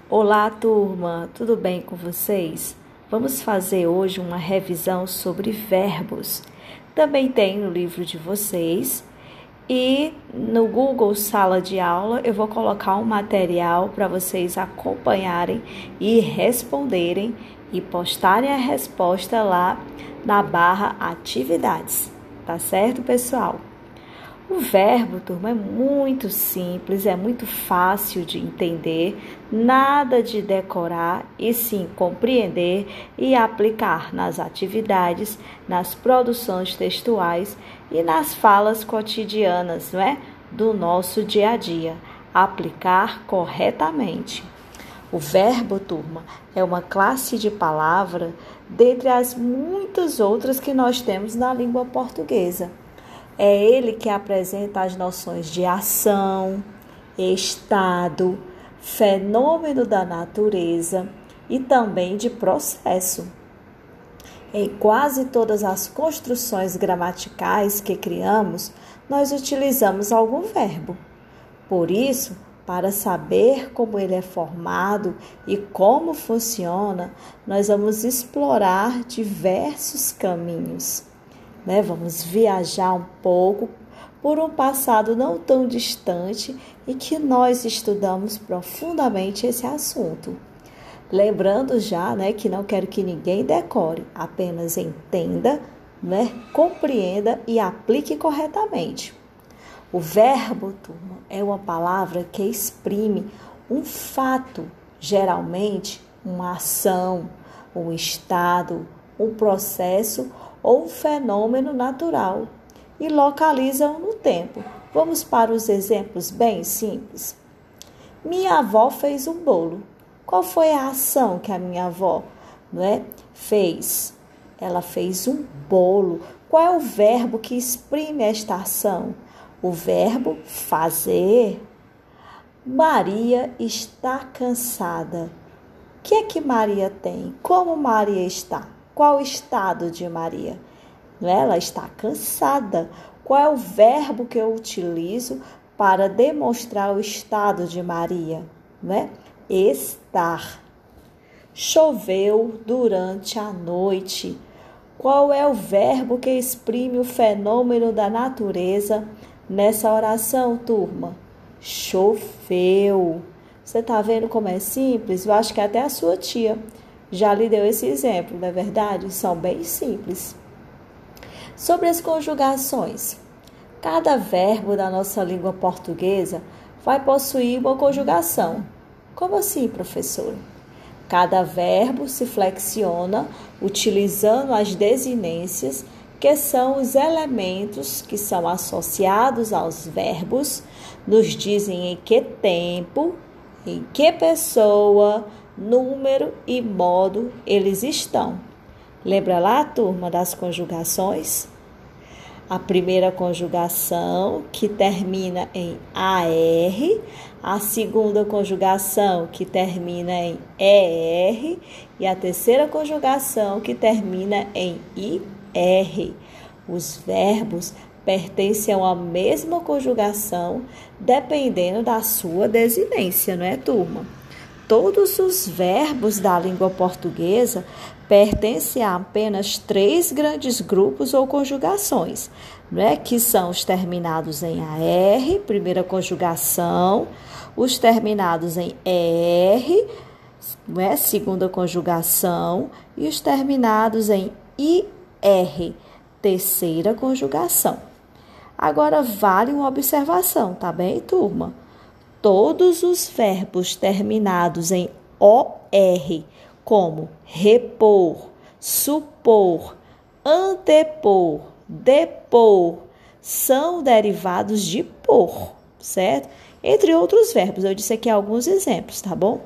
Olá, turma! Tudo bem com vocês? Vamos fazer hoje uma revisão sobre verbos. Também tem no livro de vocês e no Google Sala de Aula eu vou colocar um material para vocês acompanharem e responderem e postarem a resposta lá na barra atividades. Tá certo, pessoal? O verbo, turma, é muito simples, é muito fácil de entender, nada de decorar e sim compreender e aplicar nas atividades, nas produções textuais e nas falas cotidianas, não é? Do nosso dia a dia. Aplicar corretamente. O verbo, turma, é uma classe de palavra dentre as muitas outras que nós temos na língua portuguesa. É ele que apresenta as noções de ação, estado, fenômeno da natureza e também de processo. Em quase todas as construções gramaticais que criamos, nós utilizamos algum verbo. Por isso, para saber como ele é formado e como funciona, nós vamos explorar diversos caminhos. Vamos viajar um pouco por um passado não tão distante e que nós estudamos profundamente esse assunto. Lembrando já que não quero que ninguém decore, apenas entenda, compreenda e aplique corretamente. O verbo, turma, é uma palavra que exprime um fato, geralmente uma ação, um estado, um processo ou um fenômeno natural e localizam no tempo. Vamos para os exemplos bem simples. Minha avó fez um bolo. Qual foi a ação que a minha avó fez? Ela fez um bolo. Qual é o verbo que exprime esta ação? O verbo fazer. Maria está cansada. O que é que Maria tem? Como Maria está? Qual o estado de Maria? Ela está cansada. Qual é o verbo que eu utilizo para demonstrar o estado de Maria? Estar. Choveu durante a noite. Qual é o verbo que exprime o fenômeno da natureza nessa oração, turma? Choveu. Você está vendo como é simples? Eu acho que até a sua tia já lhe deu esse exemplo, não é verdade? São bem simples. Sobre as conjugações. Cada verbo da nossa língua portuguesa vai possuir uma conjugação. Como assim, professora? Cada verbo se flexiona utilizando as desinências, que são os elementos que são associados aos verbos, nos dizem em que tempo, em que pessoa, número e modo eles estão. Lembra lá, turma, das conjugações? A primeira conjugação, que termina em AR, a segunda conjugação, que termina em ER, e a terceira conjugação, que termina em IR. Os verbos pertencem a uma mesma conjugação, dependendo da sua desinência, não é, turma? Todos os verbos da língua portuguesa pertencem a apenas 3 grandes grupos ou conjugações, que são os terminados em AR, primeira conjugação, os terminados em ER, segunda conjugação, e os terminados em IR, terceira conjugação. Agora, vale uma observação, tá bem, turma? Todos os verbos terminados em OR, como repor, supor, antepor, depor, são derivados de por, certo? Entre outros verbos, eu disse aqui alguns exemplos, tá bom?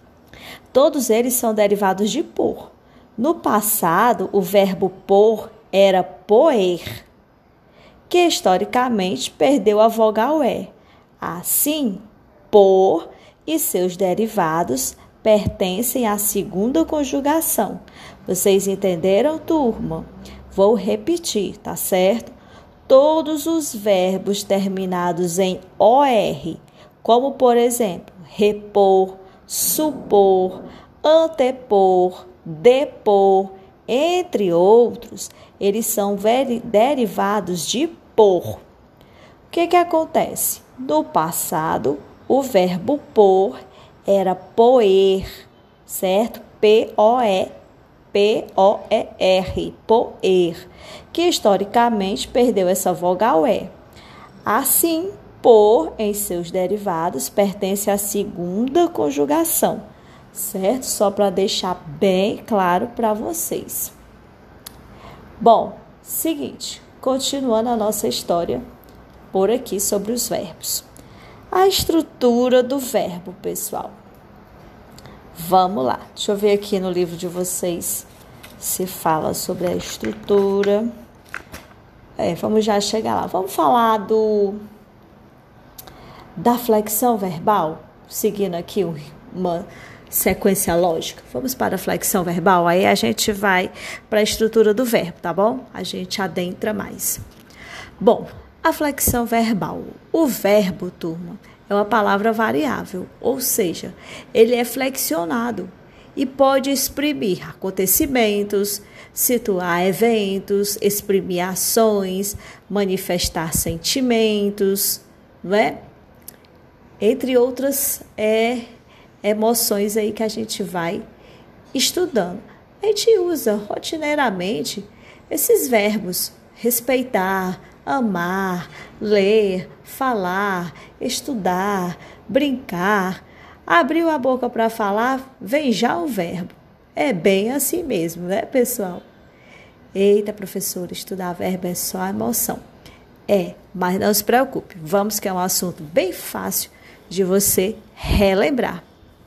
Todos eles são derivados de por. No passado, o verbo por era poer, que historicamente perdeu a vogal E. Assim, por e seus derivados pertencem à segunda conjugação. Vocês entenderam, turma? Vou repetir, tá certo? Todos os verbos terminados em OR, como por exemplo, repor, supor, antepor, depor, entre outros, eles são derivados de por. O que acontece? No passado, o verbo por era poer, certo? P-O-E-R, poer, que historicamente perdeu essa vogal E. Assim, por, em seus derivados, pertence à segunda conjugação, certo? Só para deixar bem claro para vocês. Bom, seguinte, continuando a nossa história por aqui sobre os verbos. A estrutura do verbo, pessoal. Vamos lá, deixa eu ver aqui no livro de vocês se fala sobre a estrutura. Vamos já chegar lá. Vamos falar da flexão verbal, seguindo aqui uma sequência lógica. Vamos para a flexão verbal, aí a gente vai para a estrutura do verbo, tá bom? A gente adentra mais. Bom, a flexão verbal. O verbo, turma, é uma palavra variável, ou seja, ele é flexionado e pode exprimir acontecimentos, situar eventos, exprimir ações, manifestar sentimentos, não é? Entre outras emoções aí que a gente vai estudando. A gente usa rotineiramente esses verbos: respeitar, amar, ler, falar, estudar, brincar. Abriu a boca para falar, vem já o verbo. É bem assim mesmo, né, pessoal? Eita, professora, estudar verbo é só emoção. Mas não se preocupe, vamos que é um assunto bem fácil de você relembrar.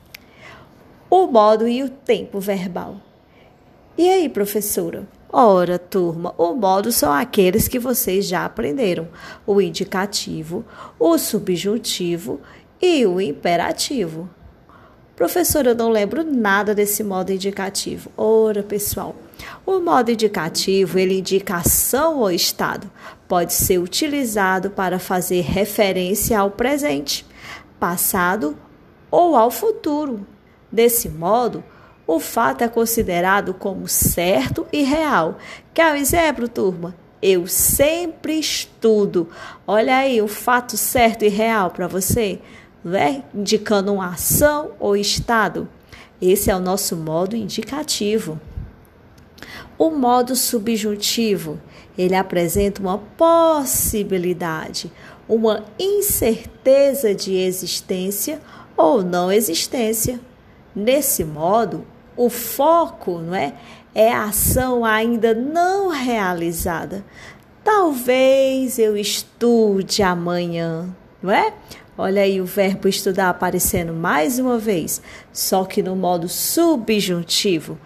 O modo e o tempo verbal. E aí, professora? Ora, turma, o modo são aqueles que vocês já aprenderam: o indicativo, o subjuntivo e o imperativo. Professora, eu não lembro nada desse modo indicativo. Ora, pessoal, o modo indicativo, ele indica ação ou estado. Pode ser utilizado para fazer referência ao presente, passado ou ao futuro. Desse modo, o fato é considerado como certo e real. Quer um exemplo, turma? Eu sempre estudo. Olha aí o fato certo e real para você, né? Indicando uma ação ou estado. Esse é o nosso modo indicativo. O modo subjuntivo, ele apresenta uma possibilidade, uma incerteza de existência ou não existência. Nesse modo, o foco, não é a ação ainda não realizada. Talvez eu estude amanhã, não é? Olha aí o verbo estudar aparecendo mais uma vez, só que no modo subjuntivo.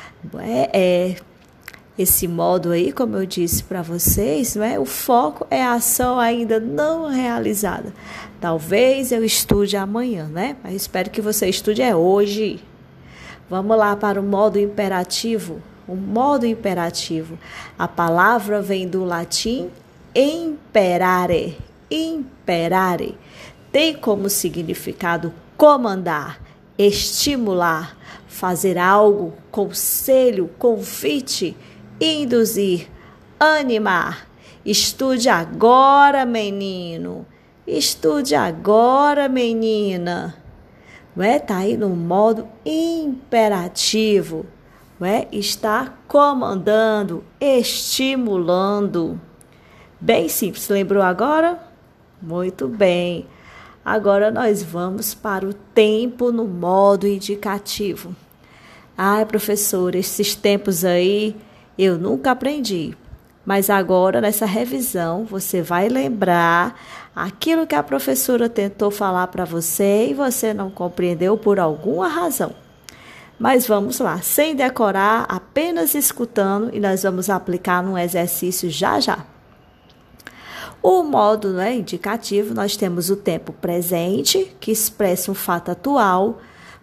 Esse modo aí, como eu disse para vocês, não é? O foco é a ação ainda não realizada. Talvez eu estude amanhã, né? Mas espero que você estude hoje. Vamos lá para o modo imperativo. O modo imperativo. A palavra vem do latim imperare. Imperare. Tem como significado comandar, estimular, fazer algo, conselho, convite, induzir, animar. Estude agora, menino. Estude agora, menina. Não é? Tá aí no modo imperativo. Não é? Está comandando, estimulando. Bem simples. Lembrou agora? Muito bem. Agora nós vamos para o tempo no modo indicativo. Ai, professora, esses tempos aí eu nunca aprendi. Mas agora, nessa revisão, você vai lembrar aquilo que a professora tentou falar para você e você não compreendeu por alguma razão. Mas vamos lá, sem decorar, apenas escutando, e nós vamos aplicar num exercício já já. O modo indicativo, nós temos o tempo presente, que expressa um fato atual,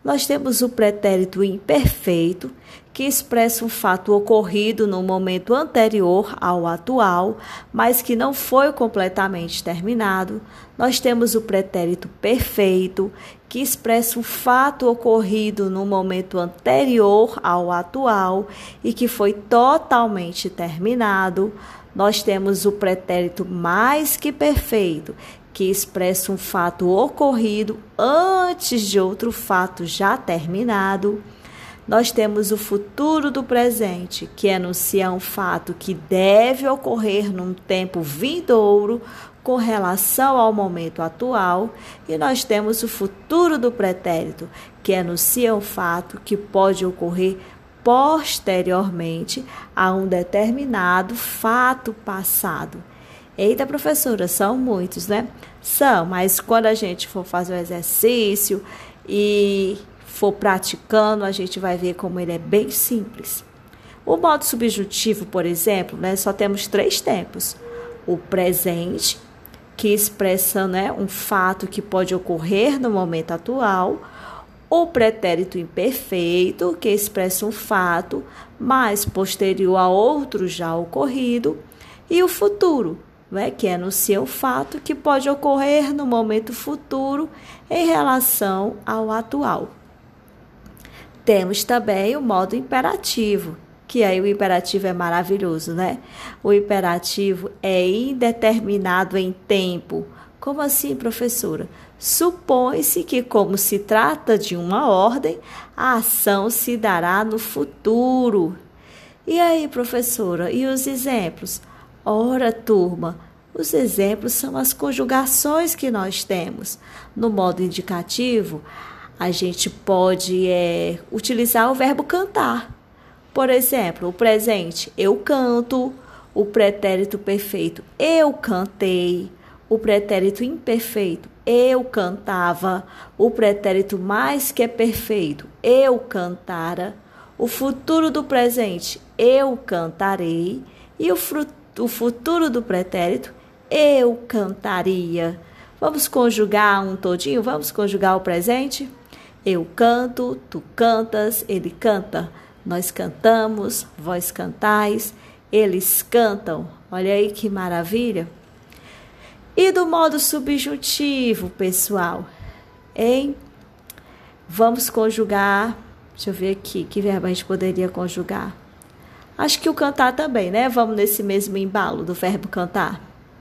Nós temos o pretérito imperfeito, que expressa um fato ocorrido no momento anterior ao atual, mas que não foi completamente terminado. Nós temos o pretérito perfeito, que expressa um fato ocorrido no momento anterior ao atual e que foi totalmente terminado. Nós temos o pretérito mais que perfeito, que expressa um fato ocorrido antes de outro fato já terminado. Nós temos o futuro do presente, que enuncia um fato que deve ocorrer num tempo vindouro com relação ao momento atual. E nós temos o futuro do pretérito, que enuncia um fato que pode ocorrer posteriormente a um determinado fato passado. Eita, professora, são muitos, né? São, mas quando a gente for fazer o exercício e for praticando, a gente vai ver como ele é bem simples. O modo subjuntivo, por exemplo, né, só temos 3 tempos. O presente, que expressa, né, um fato que pode ocorrer no momento atual. O pretérito imperfeito, que expressa um fato, mas posterior a outro já ocorrido. E o futuro, né, que enuncia um fato que pode ocorrer no momento futuro em relação ao atual. Temos também o modo imperativo, que aí o imperativo é maravilhoso, né? O imperativo é indeterminado em tempo. Como assim, professora? Supõe-se que, como se trata de uma ordem, a ação se dará no futuro. E aí, professora, e os exemplos? Ora, turma, os exemplos são as conjugações que nós temos. No modo indicativo, a gente pode utilizar o verbo cantar. Por exemplo, o presente, eu canto. O pretérito perfeito, eu cantei. O pretérito imperfeito, eu cantava. O pretérito mais que perfeito, eu cantara. O futuro do presente, eu cantarei. E o futuro do pretérito, eu cantaria. Vamos conjugar um todinho? Vamos conjugar o presente? Eu canto, tu cantas, ele canta. Nós cantamos, vós cantais, eles cantam. Olha aí que maravilha. E do modo subjuntivo, pessoal, hein? Vamos conjugar, deixa eu ver aqui, que verbo a gente poderia conjugar? Acho que o cantar também, né? Vamos nesse mesmo embalo do verbo cantar.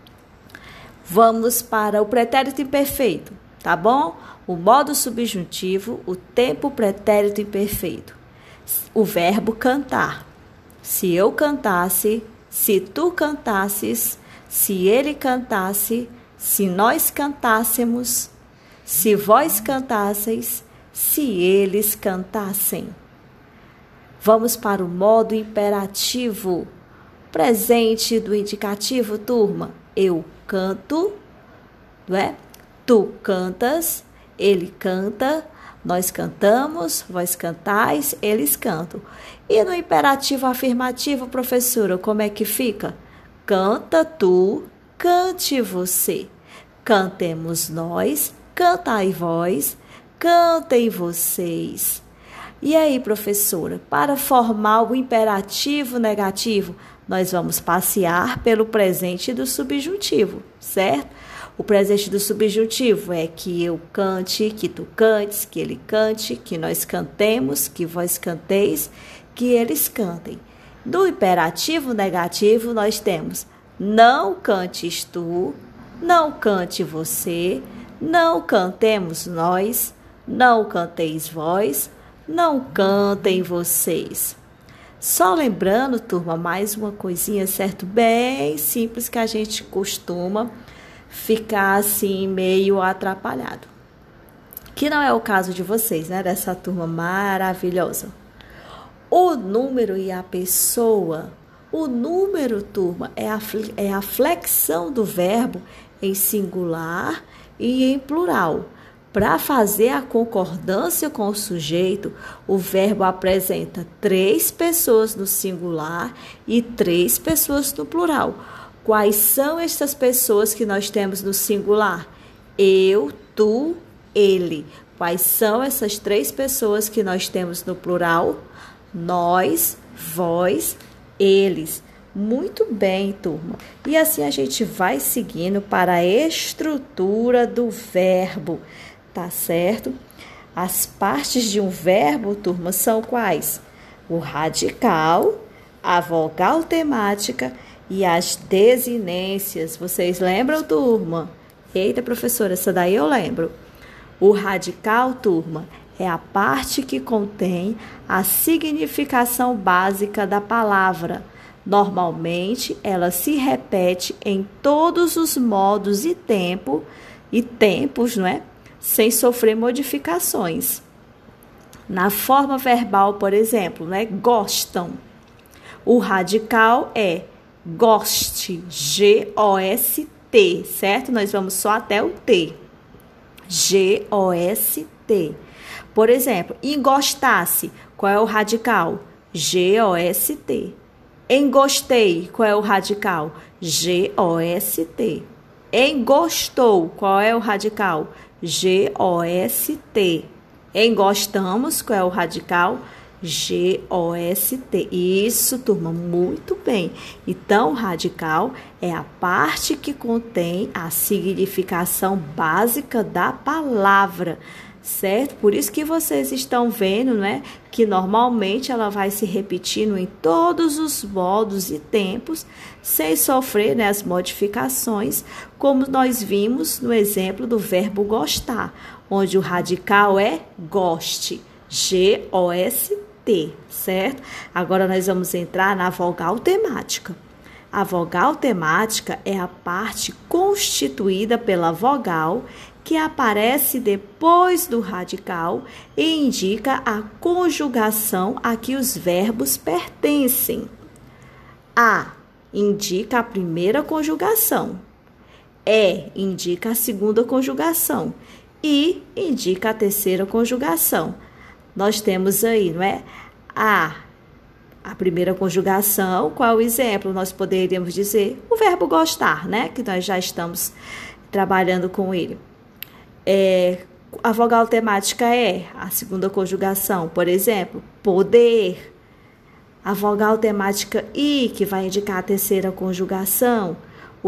Vamos para o pretérito imperfeito, tá bom? O modo subjuntivo, o tempo pretérito imperfeito. O verbo cantar. Se eu cantasse, se tu cantasses, se ele cantasse, se nós cantássemos, se vós cantasseis, se eles cantassem. Vamos para o modo imperativo. Presente do indicativo, turma. Eu canto, não é? Tu cantas, ele canta, nós cantamos, vós cantais, eles cantam. E no imperativo afirmativo, professora, como é que fica? Canta tu, cante você. Cantemos nós, cantai vós, cantem vocês. E aí, professora, para formar o imperativo negativo, nós vamos passear pelo presente do subjuntivo, certo? O presente do subjuntivo é que eu cante, que tu cantes, que ele cante, que nós cantemos, que vós canteis, que eles cantem. Do imperativo negativo, nós temos não cantes tu, não cante você, não cantemos nós, não canteis vós, não cantem vocês. Só lembrando, turma, mais uma coisinha, certo? Bem simples que a gente costuma ficar assim meio atrapalhado. Que não é o caso de vocês, né? Dessa turma maravilhosa. O número e a pessoa. O número, turma, é a flexão do verbo em singular e em plural. Para fazer a concordância com o sujeito, o verbo apresenta 3 pessoas no singular e 3 pessoas no plural. Quais são estas pessoas que nós temos no singular? Eu, tu, ele. Quais são essas 3 pessoas que nós temos no plural? Nós, vós, eles. Muito bem, turma. E assim a gente vai seguindo para a estrutura do verbo, tá certo? As partes de um verbo, turma, são quais? O radical, a vogal temática e as desinências. Vocês lembram, turma? Eita, professora, essa daí eu lembro. O radical, turma, é a parte que contém a significação básica da palavra. Normalmente, ela se repete em todos os modos e tempos, não é? Sem sofrer modificações. Na forma verbal, por exemplo, né? Gostam. O radical é goste, G-O-S-T, certo? Nós vamos só até o T. G-O-S-T. Por exemplo, engostasse, qual é o radical? G-O-S-T. Engostei, qual é o radical? G-O-S-T. Engostou, qual é o radical? G-O-S-T. Engostamos, qual é o radical? G-O-S-T. Isso, turma, muito bem. Então, o radical é a parte que contém a significação básica da palavra, certo? Por isso que vocês estão vendo, né, que normalmente ela vai se repetindo em todos os modos e tempos, sem sofrer, né, as modificações, como nós vimos no exemplo do verbo gostar, onde o radical é goste, G-O-S-T, certo? Agora nós vamos entrar na vogal temática. A vogal temática é a parte constituída pela vogal que aparece depois do radical e indica a conjugação a que os verbos pertencem. A indica a primeira conjugação. E indica a segunda conjugação. I indica a terceira conjugação. Nós temos aí, não é? A primeira conjugação, qual é o exemplo? Nós poderíamos dizer o verbo gostar, né? Que nós já estamos trabalhando com ele. A vogal temática é a segunda conjugação, por exemplo, poder. A vogal temática I, que vai indicar a terceira conjugação, o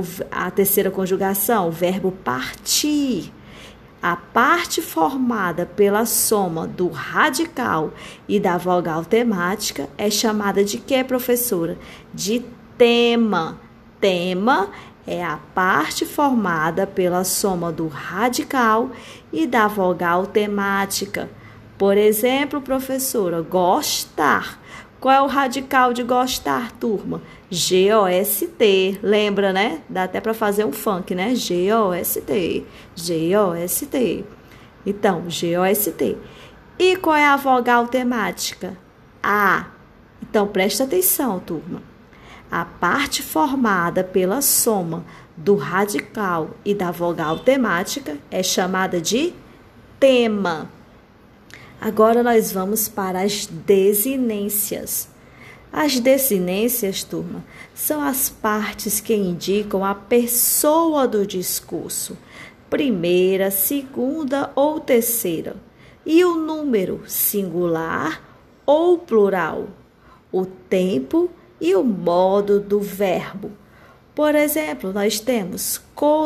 verbo partir. A parte formada pela soma do radical e da vogal temática é chamada de quê, professora? De tema. Tema é a parte formada pela soma do radical e da vogal temática. Por exemplo, professora, gostar. Qual é o radical de gostar, turma? G-O-S-T. Lembra, né? Dá até para fazer um funk, né? G-O-S-T. G-O-S-T. Então, G-O-S-T. E qual é a vogal temática? A. Então, presta atenção, turma. A parte formada pela soma do radical e da vogal temática é chamada de tema. Agora nós vamos para as desinências. As desinências, turma, são as partes que indicam a pessoa do discurso, primeira, segunda ou terceira, e o número singular ou plural, o tempo e o modo do verbo. Por exemplo, nós temos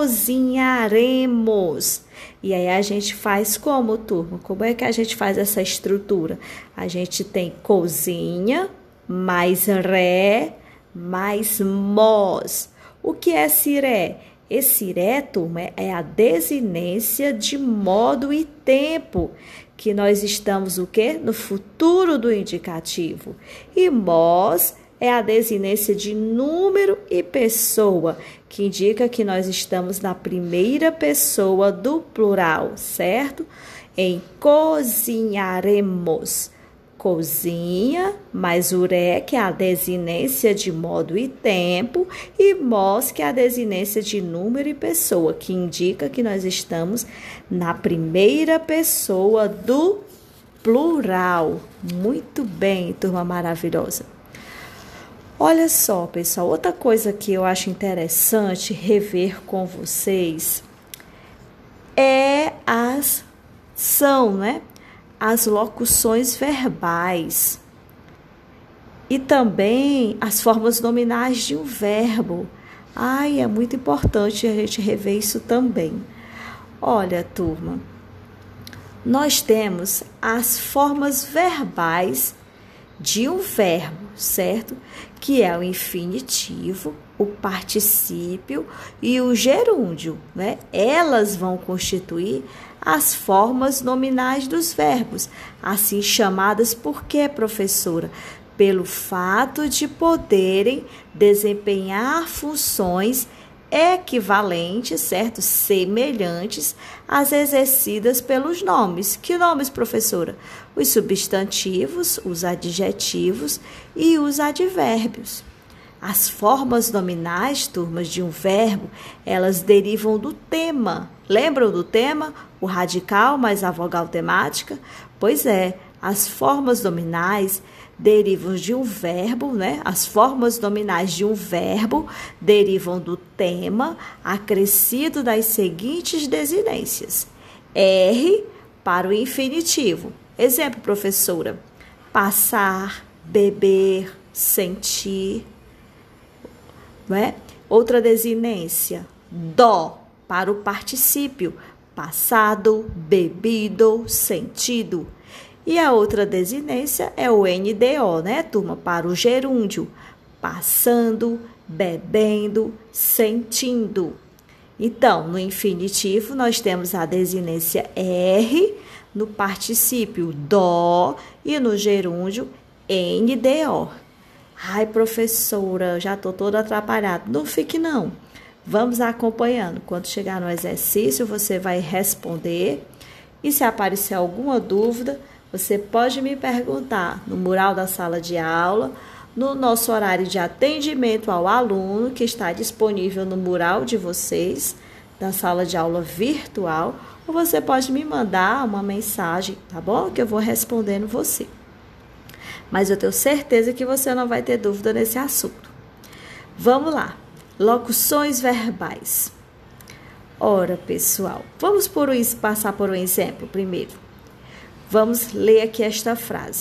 cozinharemos. E aí a gente faz como, turma? Como é que a gente faz essa estrutura? A gente tem cozinha, mais ré, mais mós. O que é ciré? Esse iré, turma, é a desinência de modo e tempo, que nós estamos o quê? No futuro do indicativo. E mós é a desinência de número e pessoa, que indica que nós estamos na primeira pessoa do plural, certo? Em cozinharemos. Cozinha, mais uré, que é a desinência de modo e tempo, e mós, que é a desinência de número e pessoa, que indica que nós estamos na primeira pessoa do plural. Muito bem, turma maravilhosa. Olha só, pessoal, outra coisa que eu acho interessante rever com vocês é as são, né, as locuções verbais e também as formas nominais de um verbo. Ai, é muito importante a gente rever isso também. Olha, turma, nós temos as formas verbais de um verbo, certo? Que é o infinitivo, o particípio e o gerúndio, né? Elas vão constituir as formas nominais dos verbos, assim chamadas por quê, professora? Pelo fato de poderem desempenhar funções equivalentes, certo? Semelhantes às exercidas pelos nomes. Que nomes, professora? Os substantivos, os adjetivos e os advérbios. As formas nominais, turmas, de um verbo, elas derivam do tema. Lembram do tema? O radical mais a vogal temática? Pois é, as formas nominais derivam de um verbo, né? As formas nominais de um verbo derivam do tema acrescido das seguintes desinências. R para o infinitivo. Exemplo, professora: passar, beber, sentir. Né? Outra desinência, dó para o particípio, passado, bebido, sentido. E a outra desinência é o NDO, né, turma? Para o gerúndio, passando, bebendo, sentindo. Então, no infinitivo, nós temos a desinência R, no particípio dó e no gerúndio NDO. Ai, professora, já estou toda atrapalhada. Não fique, não. Vamos acompanhando. Quando chegar no exercício, você vai responder. E se aparecer alguma dúvida, você pode me perguntar no mural da sala de aula, no nosso horário de atendimento ao aluno, que está disponível no mural de vocês, da sala de aula virtual, ou você pode me mandar uma mensagem, tá bom? Que eu vou respondendo você. Mas eu tenho certeza que você não vai ter dúvida nesse assunto. Vamos lá. Locuções verbais. Ora, pessoal, vamos passar por um exemplo primeiro. Vamos ler aqui esta frase.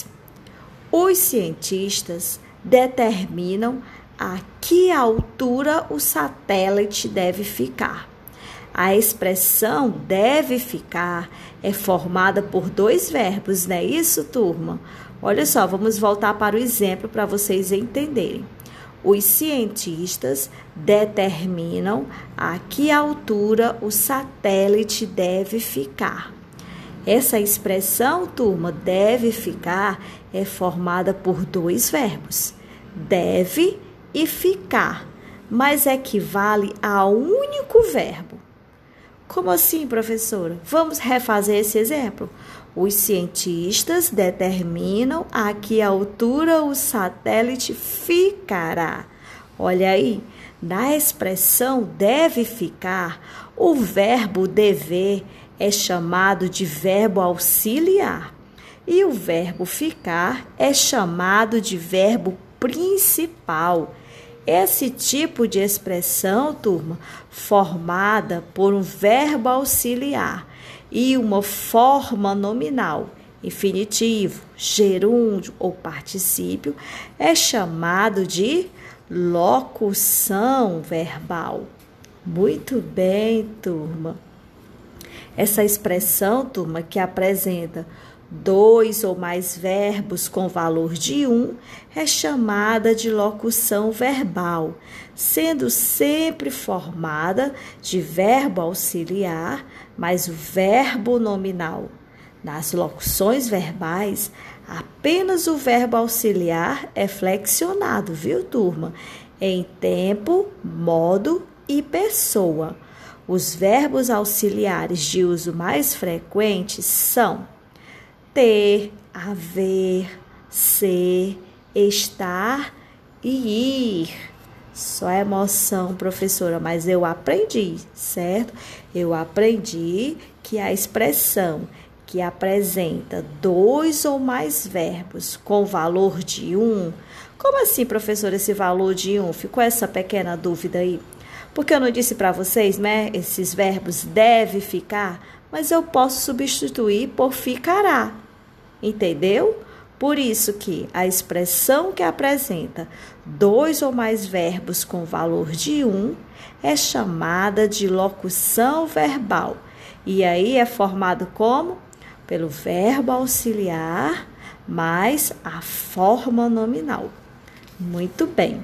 Os cientistas determinam a que altura o satélite deve ficar. A expressão deve ficar é formada por dois verbos, não é isso, turma? Olha só, vamos voltar para o exemplo para vocês entenderem. Os cientistas determinam a que altura o satélite deve ficar. Essa expressão, turma, deve ficar, é formada por dois verbos, deve e ficar, mas equivale a um único verbo. Como assim, professora? Vamos refazer esse exemplo? Os cientistas determinam a que altura o satélite ficará. Olha aí, na expressão deve ficar, o verbo dever é chamado de verbo auxiliar e o verbo ficar é chamado de verbo principal. Esse tipo de expressão, turma, formada por um verbo auxiliar e uma forma nominal, infinitivo, gerúndio ou particípio, é chamado de locução verbal. Muito bem, turma. Essa expressão, turma, que apresenta dois ou mais verbos com valor de um, é chamada de locução verbal, sendo sempre formada de verbo auxiliar, mais o verbo nominal. Nas locuções verbais, apenas o verbo auxiliar é flexionado, viu, turma? Em tempo, modo e pessoa. Os verbos auxiliares de uso mais frequente são ter, haver, ser, estar e ir. Só emoção, professora, mas eu aprendi, certo? Eu aprendi que a expressão que apresenta dois ou mais verbos com valor de um. Como assim, professora, esse valor de um? Ficou essa pequena dúvida aí? Porque eu não disse para vocês, né? Esses verbos deve ficar, mas eu posso substituir por ficará. Entendeu? Por isso que a expressão que apresenta 2 ou mais verbos com valor de 1 é chamada de locução verbal. E aí é formado como? Pelo verbo auxiliar mais a forma nominal. Muito bem.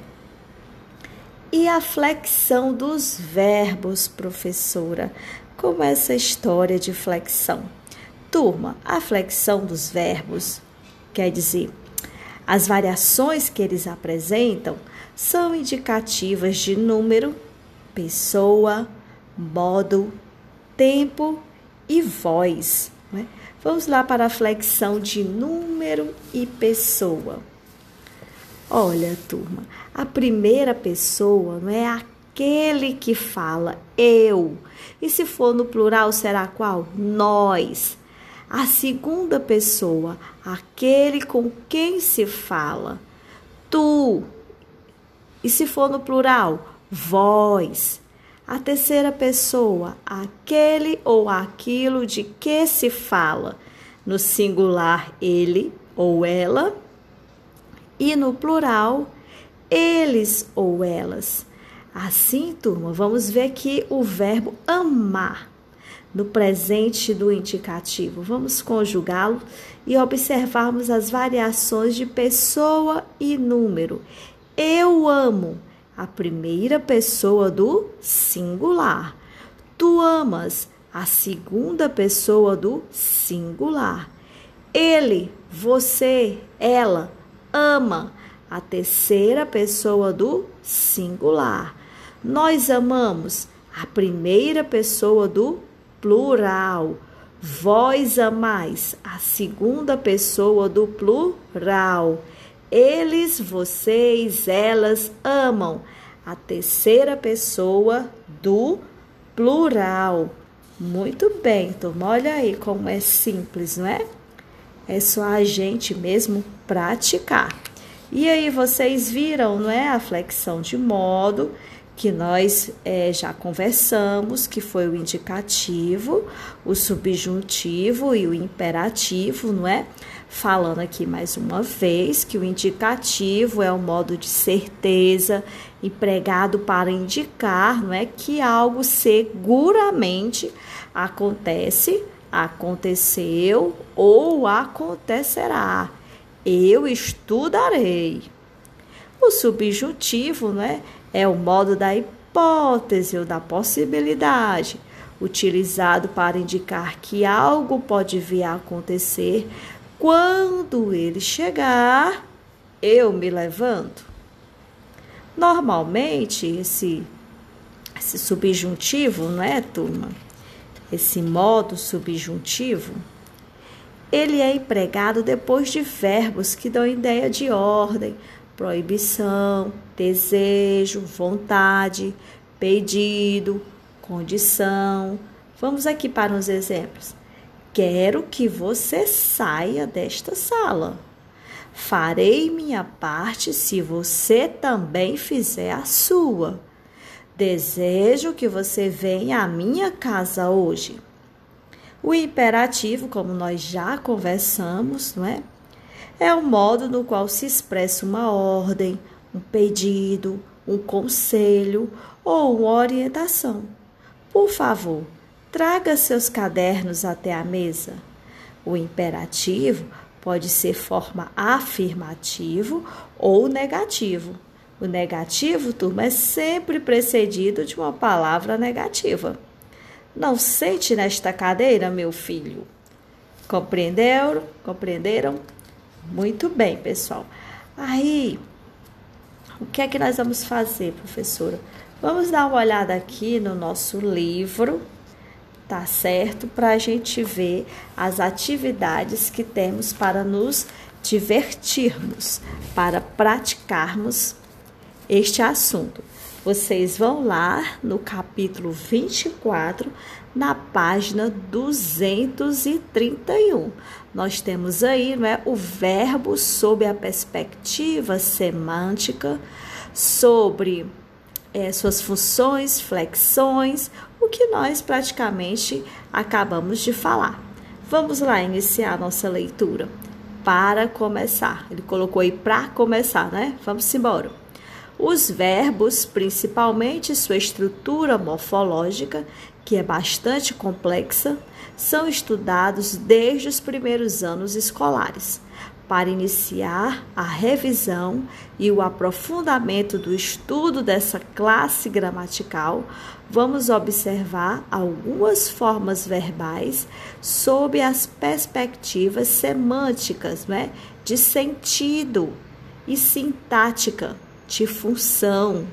E a flexão dos verbos, professora? Como é essa história de flexão? Turma, a flexão dos verbos, quer dizer, as variações que eles apresentam são indicativas de número, pessoa, modo, tempo e voz. Né? Vamos lá para a flexão de número e pessoa. Olha, turma, a primeira pessoa não é aquele que fala eu. E se for no plural, será qual? Nós. A segunda pessoa, aquele com quem se fala, tu. E se for no plural, vós. A terceira pessoa, aquele ou aquilo de que se fala. No singular, ele ou ela. E no plural, eles ou elas. Assim, turma, vamos ver aqui o verbo amar. No presente do indicativo, vamos conjugá-lo e observarmos as variações de pessoa e número. Eu amo, a primeira pessoa do singular. Tu amas, a segunda pessoa do singular. Ele, você, ela, ama, a terceira pessoa do singular. Nós amamos, a primeira pessoa do plural. Vós amais, a segunda pessoa do plural. Eles, vocês, elas amam, a terceira pessoa do plural. Muito bem, turma. Olha aí como é simples, não é? É só a gente mesmo praticar. E aí vocês viram, não é? A flexão de modo que nós já conversamos, que foi o indicativo, o subjuntivo e o imperativo, não é? Falando aqui mais uma vez que o indicativo é o modo de certeza empregado para indicar, não é, que algo seguramente acontece, aconteceu ou acontecerá. Eu estudarei. O subjuntivo, não é? É o modo da hipótese ou da possibilidade, utilizado para indicar que algo pode vir a acontecer. Quando ele chegar, eu me levanto. Normalmente, esse subjuntivo, não é, turma? Esse modo subjuntivo, ele é empregado depois de verbos que dão ideia de ordem, proibição, desejo, vontade, pedido, condição. Vamos aqui para uns exemplos. Quero que você saia desta sala. Farei minha parte se você também fizer a sua. Desejo que você venha à minha casa hoje. O imperativo, como nós já conversamos, não é? É o modo no qual se expressa uma ordem, um pedido, um conselho ou uma orientação. Por favor, traga seus cadernos até a mesa. O imperativo pode ser forma afirmativo ou negativo. O negativo, turma, é sempre precedido de uma palavra negativa. Não sente nesta cadeira, meu filho. Compreenderam? Compreenderam? Muito bem, pessoal. Aí, o que é que nós vamos fazer, professora? Vamos dar uma olhada aqui no nosso livro, tá certo? Para a gente ver as atividades que temos para nos divertirmos, para praticarmos este assunto. Vocês vão lá no capítulo 24, na página 231. Nós temos aí, não é, o verbo sob a perspectiva semântica, sobre suas funções, flexões, o que nós praticamente acabamos de falar. Vamos lá iniciar a nossa leitura. Para começar. Ele colocou aí para começar, né? Vamos embora. Os verbos, principalmente sua estrutura morfológica, que é bastante complexa, são estudados desde os primeiros anos escolares. Para iniciar a revisão e o aprofundamento do estudo dessa classe gramatical, vamos observar algumas formas verbais sob as perspectivas semânticas, né, de sentido e sintática, de função.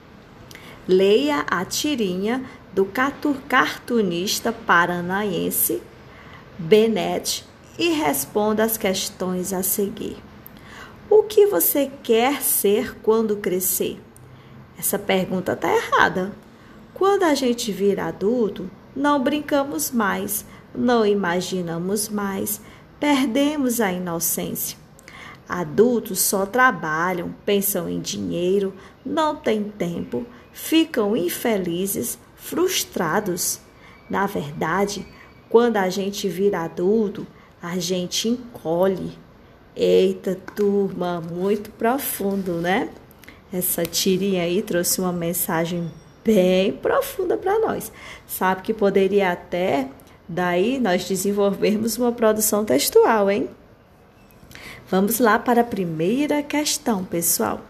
Leia a tirinha do cartunista paranaense Bennett e responda as questões a seguir. O que você quer ser quando crescer? Essa pergunta está errada. Quando a gente vira adulto, não brincamos mais, não imaginamos mais, perdemos a inocência. Adultos só trabalham, pensam em dinheiro, não têm tempo, ficam infelizes, frustrados. Na verdade, quando a gente vira adulto, a gente encolhe. Eita, turma, muito profundo, né? Essa tirinha aí trouxe uma mensagem bem profunda para nós. Sabe que poderia até, daí, nós desenvolvermos uma produção textual, hein? Vamos lá para a primeira questão, pessoal.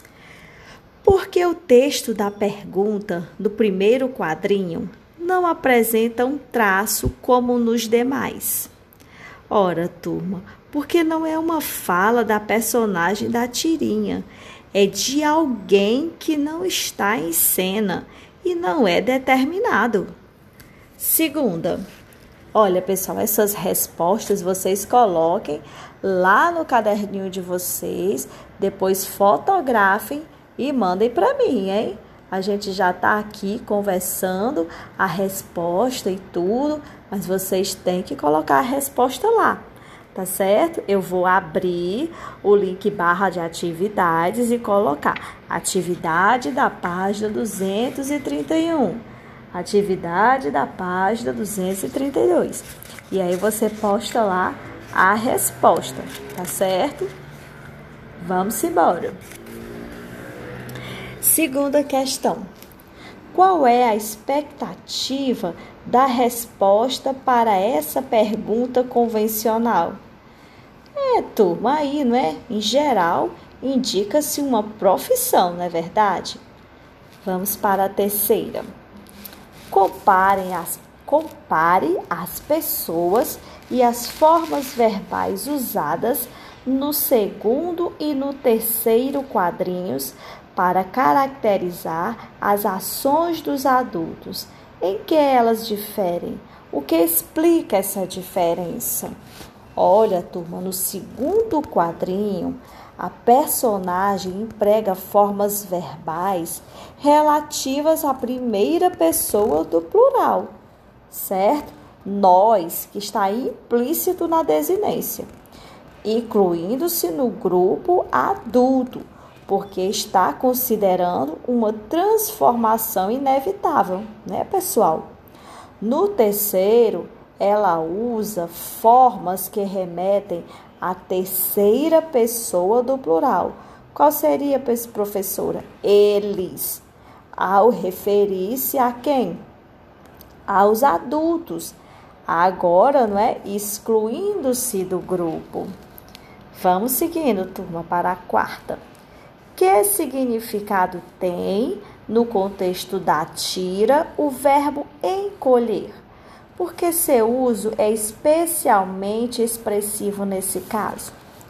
Por que o texto da pergunta do primeiro quadrinho não apresenta um traço como nos demais? Ora, turma, porque não é uma fala da personagem da tirinha, é de alguém que não está em cena e não é determinado. Segunda, olha, pessoal, essas respostas vocês coloquem lá no caderninho de vocês, depois fotografem e mandem para mim, hein? A gente já está aqui conversando a resposta e tudo, mas vocês têm que colocar a resposta lá, tá certo? Eu vou abrir o link barra de atividades e colocar atividade da página 231, atividade da página 232. E aí você posta lá a resposta, tá certo? Vamos embora. Segunda questão. Qual é a expectativa da resposta para essa pergunta convencional? Turma, aí, não é? Em geral, indica-se uma profissão, não é verdade? Vamos para a terceira. Compare as pessoas e as formas verbais usadas no segundo e no terceiro quadrinhos para caracterizar as ações dos adultos. Em que elas diferem? O que explica essa diferença? Olha, turma, no segundo quadrinho, a personagem emprega formas verbais relativas à primeira pessoa do plural, certo? Nós, que está implícito na desinência, incluindo-se no grupo adulto, porque está considerando uma transformação inevitável, né, pessoal? No terceiro, ela usa formas que remetem à terceira pessoa do plural. Qual seria, professora? Eles, ao referir-se a quem? Aos adultos. Agora, não é? Excluindo-se do grupo. Vamos seguindo, turma, para a quarta. Que significado tem, no contexto da tira, o verbo encolher? Porque seu uso é especialmente expressivo nesse caso.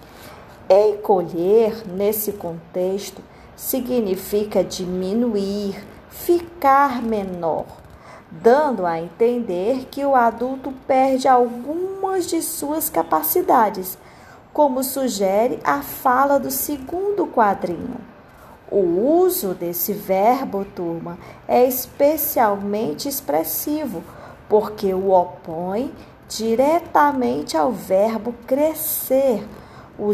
Encolher, nesse contexto, significa diminuir, ficar menor, dando a entender que o adulto perde algumas de suas capacidades, como sugere a fala do segundo quadrinho. O uso desse verbo, turma, é especialmente expressivo, porque o opõe diretamente ao verbo crescer,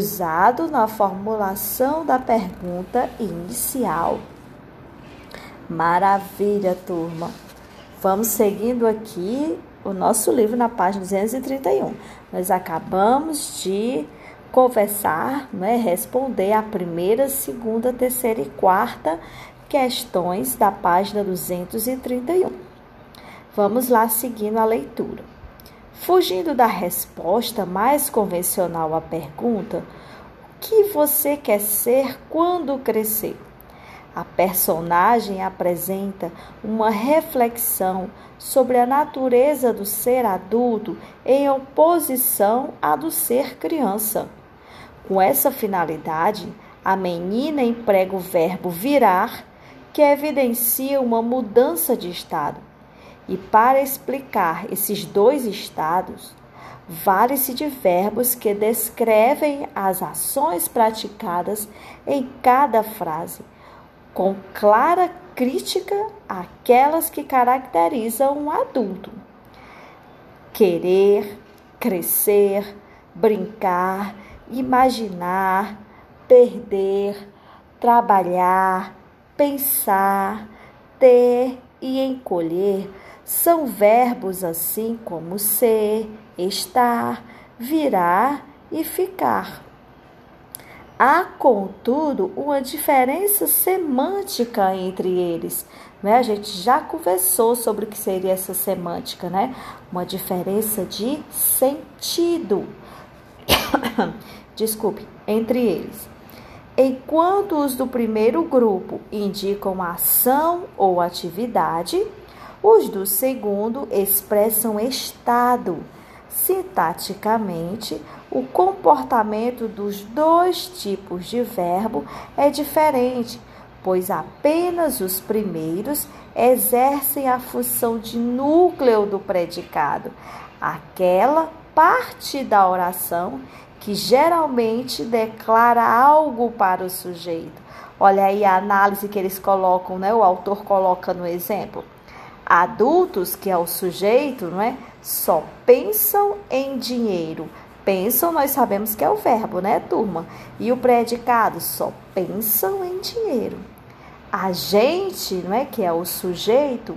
usado na formulação da pergunta inicial. Maravilha, turma. Vamos seguindo aqui o nosso livro na página 231. Nós acabamos de conversar, responder a primeira, segunda, terceira e quarta questões da página 231. Vamos lá seguindo a leitura. Fugindo da resposta mais convencional à pergunta, o que você quer ser quando crescer? A personagem apresenta uma reflexão sobre a natureza do ser adulto em oposição à do ser criança. Com essa finalidade, a menina emprega o verbo virar, que evidencia uma mudança de estado. E para explicar esses dois estados, vale-se de verbos que descrevem as ações praticadas em cada frase, com clara crítica àquelas que caracterizam um adulto. Querer, crescer, brincar, imaginar, perder, trabalhar, pensar, ter e encolher são verbos assim como ser, estar, virar e ficar. Há, contudo, uma diferença semântica entre eles. A gente já conversou sobre o que seria essa semântica, Uma diferença de sentido. Desculpe, entre eles. Enquanto os do primeiro grupo indicam ação ou atividade, os do segundo expressam estado. Sintaticamente, o comportamento dos dois tipos de verbo é diferente, pois apenas os primeiros exercem a função de núcleo do predicado, aquela parte da oração que geralmente declara algo para o sujeito. Olha aí a análise que eles colocam, o autor coloca no exemplo. Adultos, que é o sujeito, só pensam em dinheiro. Pensam, nós sabemos que é o verbo, turma? E o predicado, só pensam em dinheiro. A gente, que é o sujeito,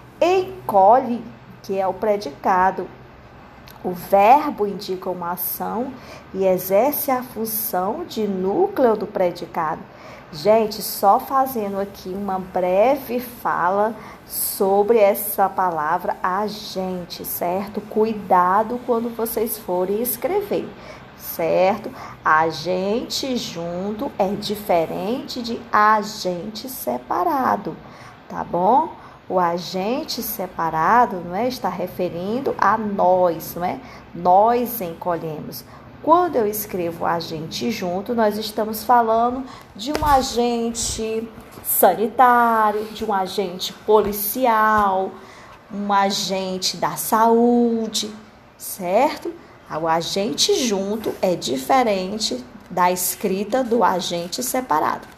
encolhe, que é o predicado. O verbo indica uma ação e exerce a função de núcleo do predicado. Gente, só fazendo aqui uma breve fala sobre essa palavra agente, certo? Cuidado quando vocês forem escrever, certo? Agente junto é diferente de agente separado, tá bom? O agente separado, está referindo a nós, Nós encolhemos. Quando eu escrevo agente junto, nós estamos falando de um agente sanitário, de um agente policial, um agente da saúde, certo? O agente junto é diferente da escrita do agente separado.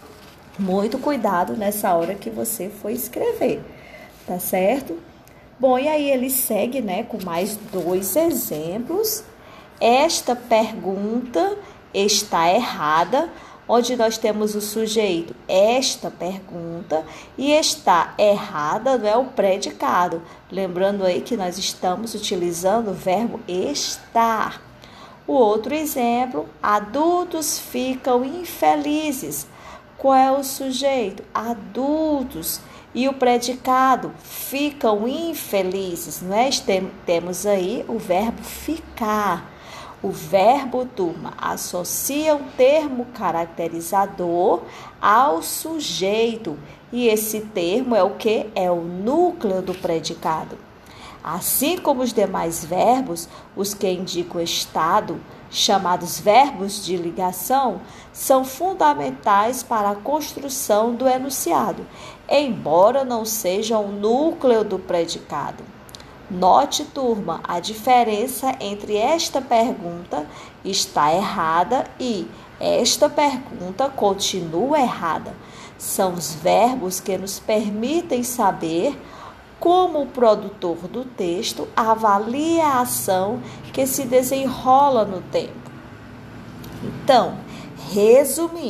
Muito cuidado nessa hora que você for escrever, tá certo? Bom, e aí ele segue, com mais 2 exemplos. Esta pergunta está errada, onde nós temos o sujeito, esta pergunta, e está errada, o predicado. Lembrando aí que nós estamos utilizando o verbo estar. O outro exemplo, adultos ficam infelizes. Qual é o sujeito? Adultos. E o predicado? Ficam infelizes, Temos aí o verbo ficar. O verbo, turma, associa o termo caracterizador ao sujeito. E esse termo é o quê? É o núcleo do predicado. Assim como os demais verbos, os que indicam estado, chamados verbos de ligação, são fundamentais para a construção do enunciado, embora não sejam o núcleo do predicado. Note, turma, a diferença entre esta pergunta está errada e esta pergunta continua errada. São os verbos que nos permitem saber como o produtor do texto avalia a ação que se desenrola no tempo. Então, resumindo,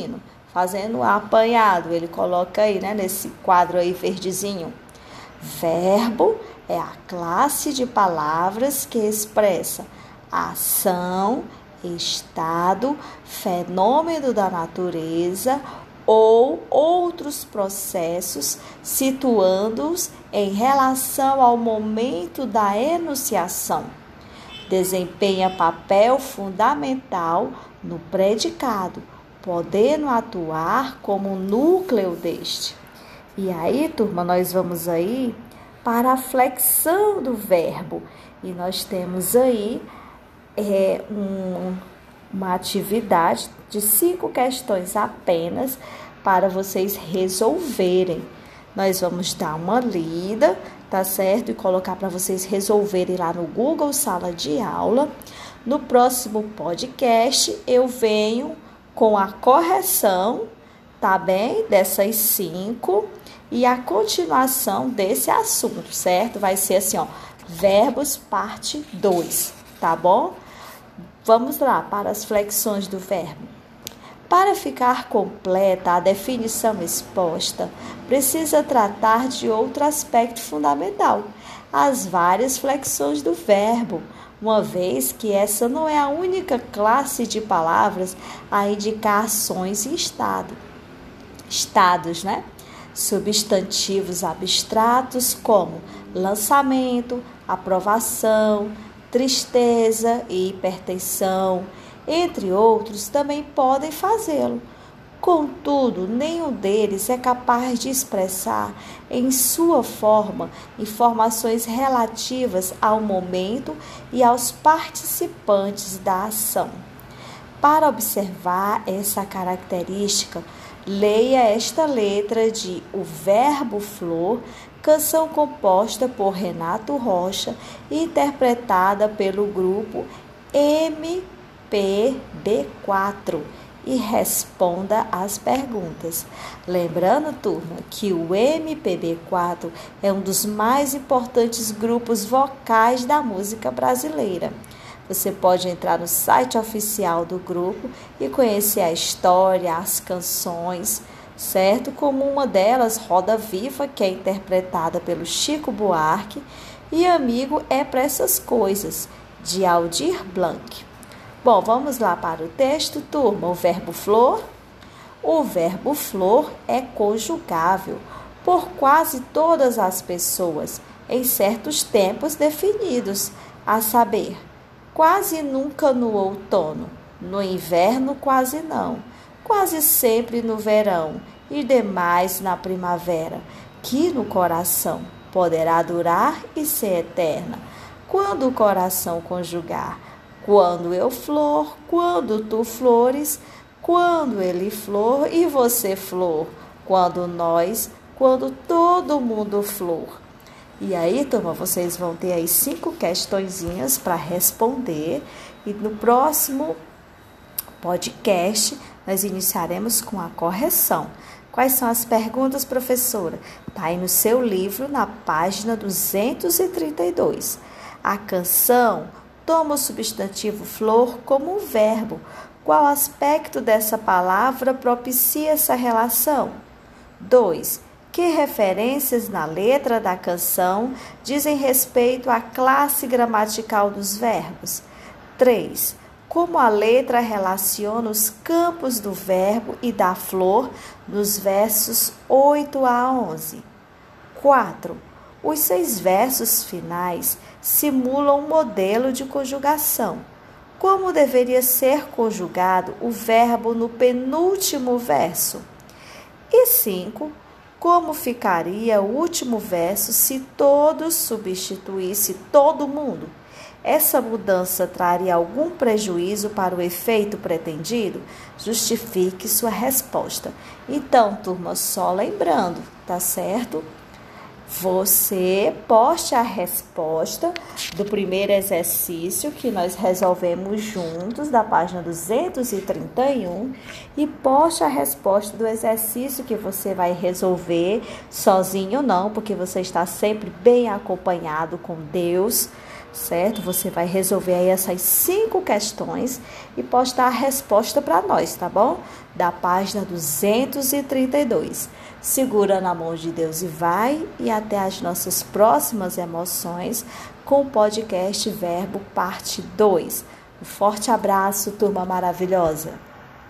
fazendo um apanhado, ele coloca aí, né, nesse quadro aí verdezinho. Verbo é a classe de palavras que expressa ação, estado, fenômeno da natureza ou outros processos, situando-os em relação ao momento da enunciação. Desempenha papel fundamental no predicado, podendo atuar como núcleo deste. E aí, turma, nós vamos aí para a flexão do verbo. E nós temos aí uma atividade de 5 questões apenas para vocês resolverem. Nós vamos dar uma lida, tá certo? E colocar para vocês resolverem lá no Google Sala de Aula. No próximo podcast, eu venho com a correção, tá bem? Dessas 5 e a continuação desse assunto, certo? Vai ser assim, ó, verbos parte 2, tá bom? Vamos lá para as flexões do verbo. Para ficar completa a definição exposta, precisa tratar de outro aspecto fundamental, as várias flexões do verbo, uma vez que essa não é a única classe de palavras a indicar ações e estados, né? Substantivos abstratos como lançamento, aprovação, tristeza e hipertensão, entre outros, também podem fazê-lo. Contudo, nenhum deles é capaz de expressar em sua forma informações relativas ao momento e aos participantes da ação. Para observar essa característica, leia esta letra de O Verbo Flor, canção composta por Renato Rocha e interpretada pelo grupo MPB4 e responda às perguntas. Lembrando, turma, que o MPB4 é um dos mais importantes grupos vocais da música brasileira. Você pode entrar no site oficial do grupo e conhecer a história, as canções, certo? Como uma delas, Roda Viva, que é interpretada pelo Chico Buarque, e Amigo é para essas coisas, de Aldir Blanc. Bom, vamos lá para o texto, turma. O verbo flor. O verbo flor é conjugável por quase todas as pessoas, em certos tempos definidos, a saber, quase nunca no outono, no inverno quase não, quase sempre no verão e demais na primavera, que no coração poderá durar e ser eterna, quando o coração conjugar, quando eu flor, quando tu flores, quando ele flor e você flor, quando nós, quando todo mundo flor. E aí, turma, vocês vão ter aí 5 questõezinhas para responder. E no próximo podcast, nós iniciaremos com a correção. Quais são as perguntas, professora? Está aí no seu livro, na página 232. A canção toma o substantivo flor como um verbo. Qual aspecto dessa palavra propicia essa relação? 2. Que referências na letra da canção dizem respeito à classe gramatical dos verbos? 3. Como a letra relaciona os campos do verbo e da flor nos versos 8 a 11? 4. Os 6 versos finais simulam um modelo de conjugação. Como deveria ser conjugado o verbo no penúltimo verso? E 5. Como ficaria o último verso se todos substituísse todo mundo? Essa mudança traria algum prejuízo para o efeito pretendido? Justifique sua resposta. Então, turma, só lembrando, tá certo? você poste a resposta do primeiro exercício que nós resolvemos juntos, da página 231, e poste a resposta do exercício que você vai resolver sozinho, não, porque você está sempre bem acompanhado com Deus, certo? Você vai resolver aí essas 5 questões e postar a resposta para nós, tá bom? Da página 232. Segura na mão de Deus e vai, e até as nossas próximas emoções com o podcast Verbo Parte 2. Um forte abraço, turma maravilhosa!